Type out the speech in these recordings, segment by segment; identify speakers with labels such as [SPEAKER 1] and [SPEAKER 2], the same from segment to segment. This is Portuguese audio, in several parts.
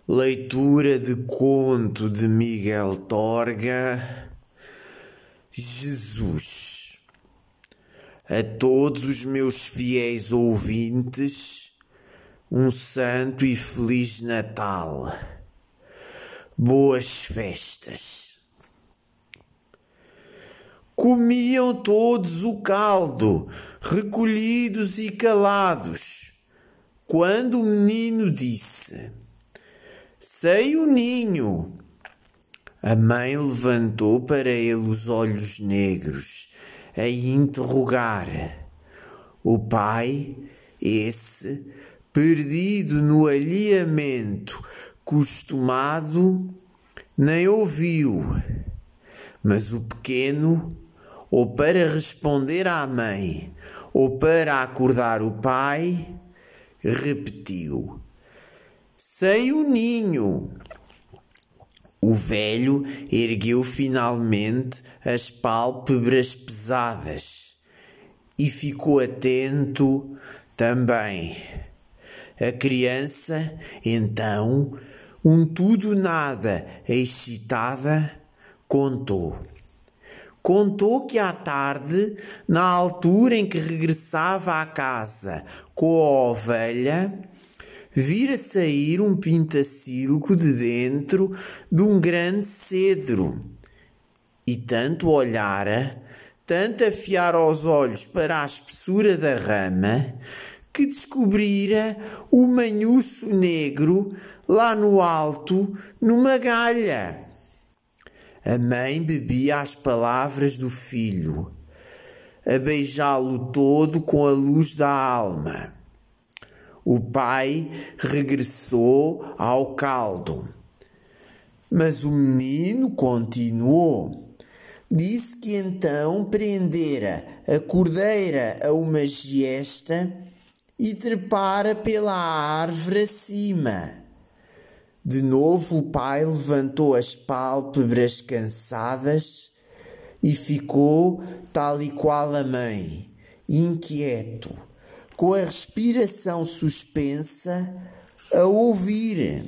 [SPEAKER 1] Leitura de conto de Miguel Torga. Jesus. A todos os meus fiéis ouvintes, um santo e feliz Natal. Boas festas. Comiam todos o caldo, recolhidos e calados, quando o menino disse: "Sei o ninho." A mãe levantou para ele os olhos negros, a interrogar. O pai, esse, perdido no alheamento costumado, nem ouviu. Mas o pequeno, ou para responder à mãe, ou para acordar o pai, repetiu: "Sei o ninho." O velho ergueu finalmente as pálpebras pesadas e ficou atento também. A criança, então, tudo nada excitada, Contou que à tarde, na altura em que regressava à casa com a ovelha, vira sair um pintacilgo de dentro de um grande cedro. E tanto olhara, tanto afiara os olhos para a espessura da rama, que descobrira o manhuço negro lá no alto, numa galha. A mãe bebia as palavras do filho, a beijá-lo todo com a luz da alma. O pai regressou ao caldo, mas o menino continuou. Disse que então prendera a cordeira a uma giesta e trepara pela árvore acima. De novo o pai levantou as pálpebras cansadas e ficou tal e qual a mãe, inquieto, com a respiração suspensa, a ouvir.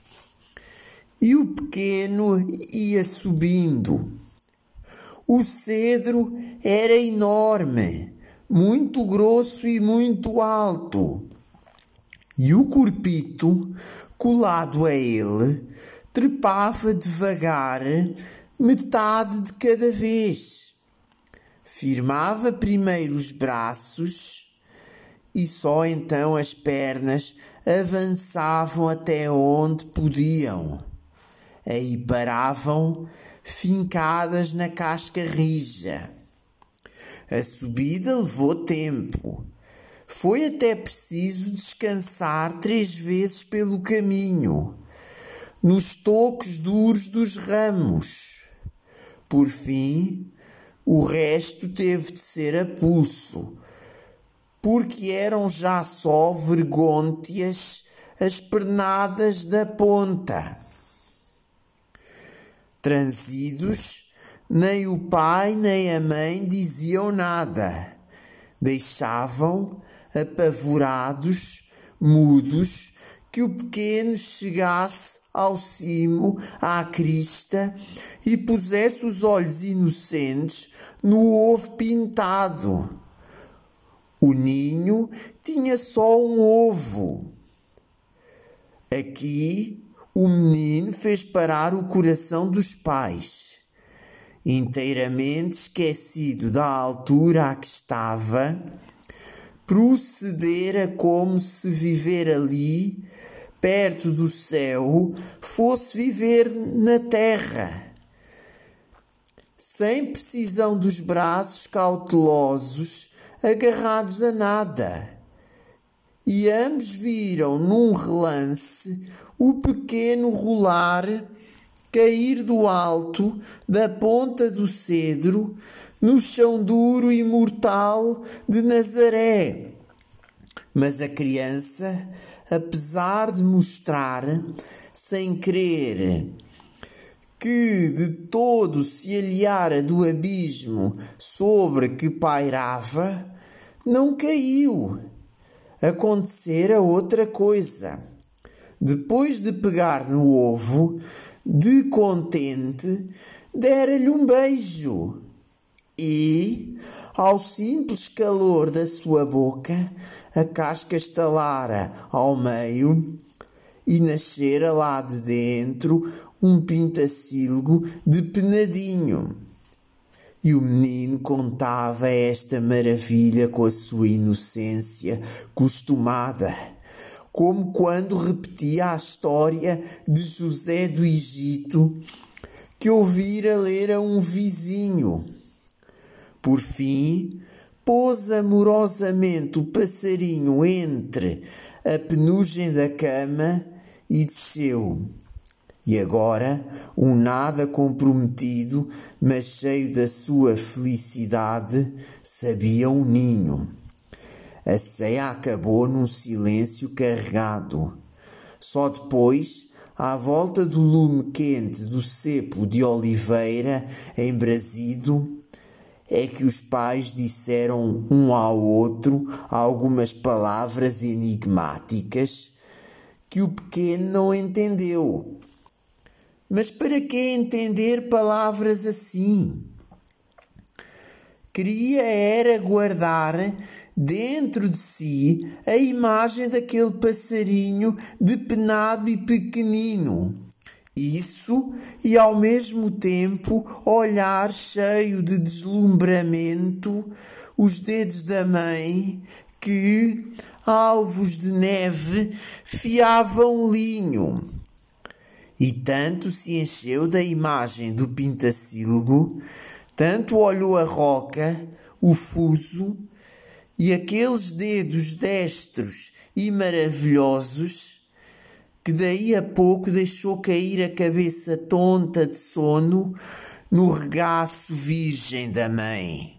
[SPEAKER 1] E o pequeno ia subindo. O cedro era enorme, muito grosso e muito alto. E o corpito, colado a ele, trepava devagar, metade de cada vez. Firmava primeiro os braços e só então as pernas avançavam até onde podiam. Aí paravam, fincadas na casca rija. A subida levou tempo. Foi até preciso descansar 3 vezes pelo caminho, nos tocos duros dos ramos. Por fim, o resto teve de ser a pulso, porque eram já só vergônteas as pernadas da ponta. Transidos, nem o pai nem a mãe diziam nada. Deixavam, apavorados, mudos, que o pequeno chegasse ao cimo, à crista, e pusesse os olhos inocentes no ovo pintado. O ninho tinha só um ovo. Aqui, o menino fez parar o coração dos pais. Inteiramente esquecido da altura a que estava, procedera como se viver ali, perto do céu, fosse viver na terra. Sem precisão dos braços cautelosos, agarrados a nada. E ambos viram num relance o pequeno rolar, cair do alto da ponta do cedro no chão duro e mortal de Nazaré. Mas a criança, apesar de mostrar, sem querer, que de todo se aliara do abismo sobre que pairava, não caiu. Acontecera outra coisa. depois de pegar no ovo, de contente, dera-lhe um beijo. E, ao simples calor da sua boca, a casca estalara ao meio e nascera lá de dentro um pintacílgo de penadinho. E o menino contava esta maravilha com a sua inocência costumada, como quando repetia a história de José do Egito, que ouvira ler a um vizinho. Por fim, pôs amorosamente o passarinho entre a penugem da cama e desceu. E agora, um nada comprometido, mas cheio da sua felicidade, sabia um ninho. A ceia acabou num silêncio carregado. Só depois, à volta do lume quente do cepo de oliveira embrasido, é que os pais disseram um ao outro algumas palavras enigmáticas que o pequeno não entendeu. Mas para que entender palavras assim? Queria era guardar dentro de si a imagem daquele passarinho depenado e pequenino. Isso e ao mesmo tempo olhar cheio de deslumbramento os dedos da mãe que, alvos de neve, fiavam linho. E tanto se encheu da imagem do pintacílgo, tanto olhou a roca, o fuso e aqueles dedos destros e maravilhosos, que daí a pouco deixou cair a cabeça tonta de sono no regaço virgem da mãe.